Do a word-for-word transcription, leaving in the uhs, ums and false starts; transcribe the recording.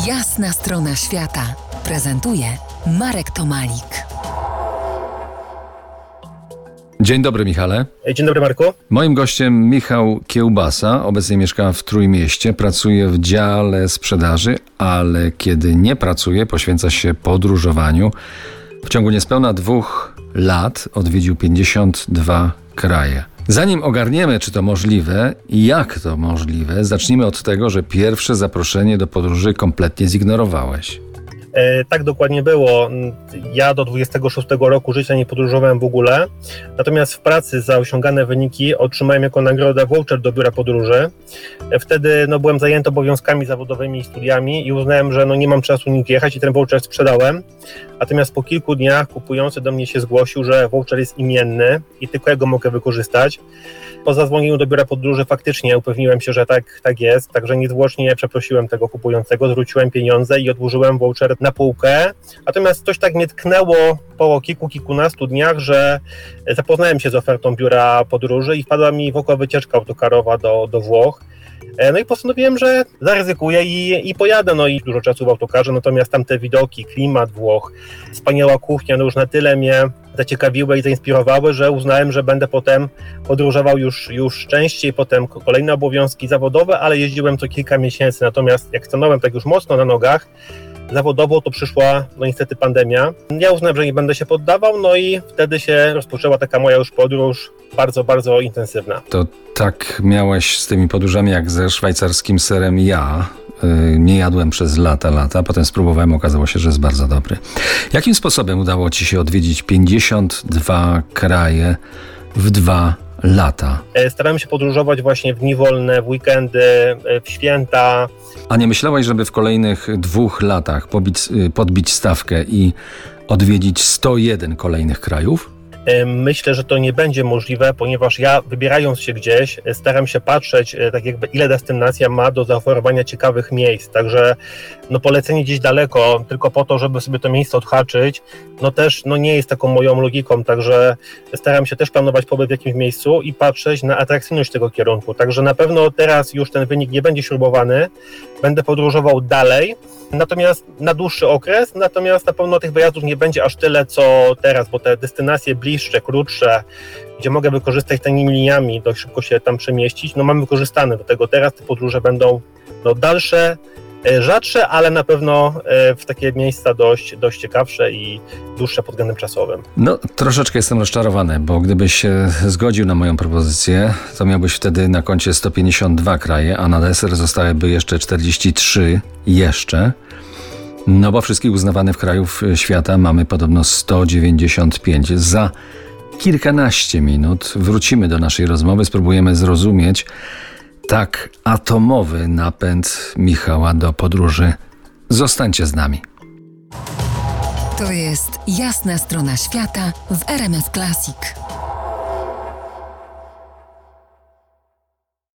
Jasna strona świata prezentuje Marek Tomalik. Dzień dobry, Michale. Dzień dobry, Marku. Moim gościem Michał Kiełbasa, obecnie mieszka w Trójmieście, pracuje w dziale sprzedaży, ale kiedy nie pracuje, poświęca się podróżowaniu. W ciągu niespełna dwóch lat odwiedził pięćdziesiąt dwa kraje. Zanim ogarniemy, czy to możliwe i jak to możliwe, zacznijmy od tego, że pierwsze zaproszenie do podróży kompletnie zignorowałeś. E, tak dokładnie było. Ja do dwudziestego szóstego roku życia nie podróżowałem w ogóle, natomiast w pracy za osiągane wyniki otrzymałem jako nagrodę voucher do biura podróży. E, wtedy no, byłem zajęty obowiązkami zawodowymi i studiami i uznałem, że no, nie mam czasu nigdzie jechać i ten voucher sprzedałem. Natomiast po kilku dniach kupujący do mnie się zgłosił, że voucher jest imienny i tylko ja go mogę wykorzystać. Po zadzwonieniu do biura podróży faktycznie upewniłem się, że tak, tak jest, także niezwłocznie przeprosiłem tego kupującego, zwróciłem pieniądze i odłożyłem voucher na półkę. Natomiast coś tak mnie tknęło po kilku, kilkunastu dniach, że zapoznałem się z ofertą biura podróży i wpadła mi w oko wycieczka autokarowa do, do Włoch. No i postanowiłem, że zaryzykuję i, i pojadę, no i dużo czasu w autokarze, natomiast tamte widoki, klimat Włoch, wspaniała kuchnia, no już na tyle mnie zaciekawiły i zainspirowały, że uznałem, że będę potem podróżował już, już częściej, potem kolejne obowiązki zawodowe, ale jeździłem co kilka miesięcy, natomiast jak stanąłem tak już mocno na nogach, zawodowo to przyszła no niestety pandemia. Ja uznałem, że nie będę się poddawał, no i wtedy się rozpoczęła taka moja już podróż bardzo, bardzo intensywna. To tak miałeś z tymi podróżami jak ze szwajcarskim serem ja. Yy, nie jadłem przez lata, lata. Potem spróbowałem, okazało się, że jest bardzo dobry. Jakim sposobem udało ci się odwiedzić pięćdziesiąt dwa kraje w dwa lata? Starałem się podróżować właśnie w dni wolne, w weekendy, w święta. A nie myślałeś, żeby w kolejnych dwóch latach pobić, podbić stawkę i odwiedzić sto jeden kolejnych krajów? Myślę, że to nie będzie możliwe, ponieważ ja wybierając się gdzieś staram się patrzeć tak jakby ile destynacja ma do zaoferowania ciekawych miejsc, także no polecenie gdzieś daleko tylko po to, żeby sobie to miejsce odhaczyć, no też no nie jest taką moją logiką, także staram się też planować pobyt w jakimś miejscu i patrzeć na atrakcyjność tego kierunku, także na pewno teraz już ten wynik nie będzie śrubowany, będę podróżował dalej, natomiast na dłuższy okres, natomiast na pewno tych wyjazdów nie będzie aż tyle co teraz, bo te destynacje bliższe, krótsze, gdzie mogę wykorzystać tanimi liniami, dość szybko się tam przemieścić, no mam wykorzystane do tego. Teraz te podróże będą no, dalsze, rzadsze, ale na pewno w takie miejsca dość, dość ciekawsze i dłuższe pod względem czasowym. No, troszeczkę jestem rozczarowany, bo gdybyś się zgodził na moją propozycję, to miałbyś wtedy na koncie sto pięćdziesiąt dwa kraje, a na deser zostałyby jeszcze czterdzieści trzy jeszcze. No bo wszystkich uznawanych krajów świata mamy podobno sto dziewięćdziesiąt pięć. Za kilkanaście minut wrócimy do naszej rozmowy, spróbujemy zrozumieć tak atomowy napęd Michała do podróży. Zostańcie z nami. To jest Jasna strona świata w R M F Classic.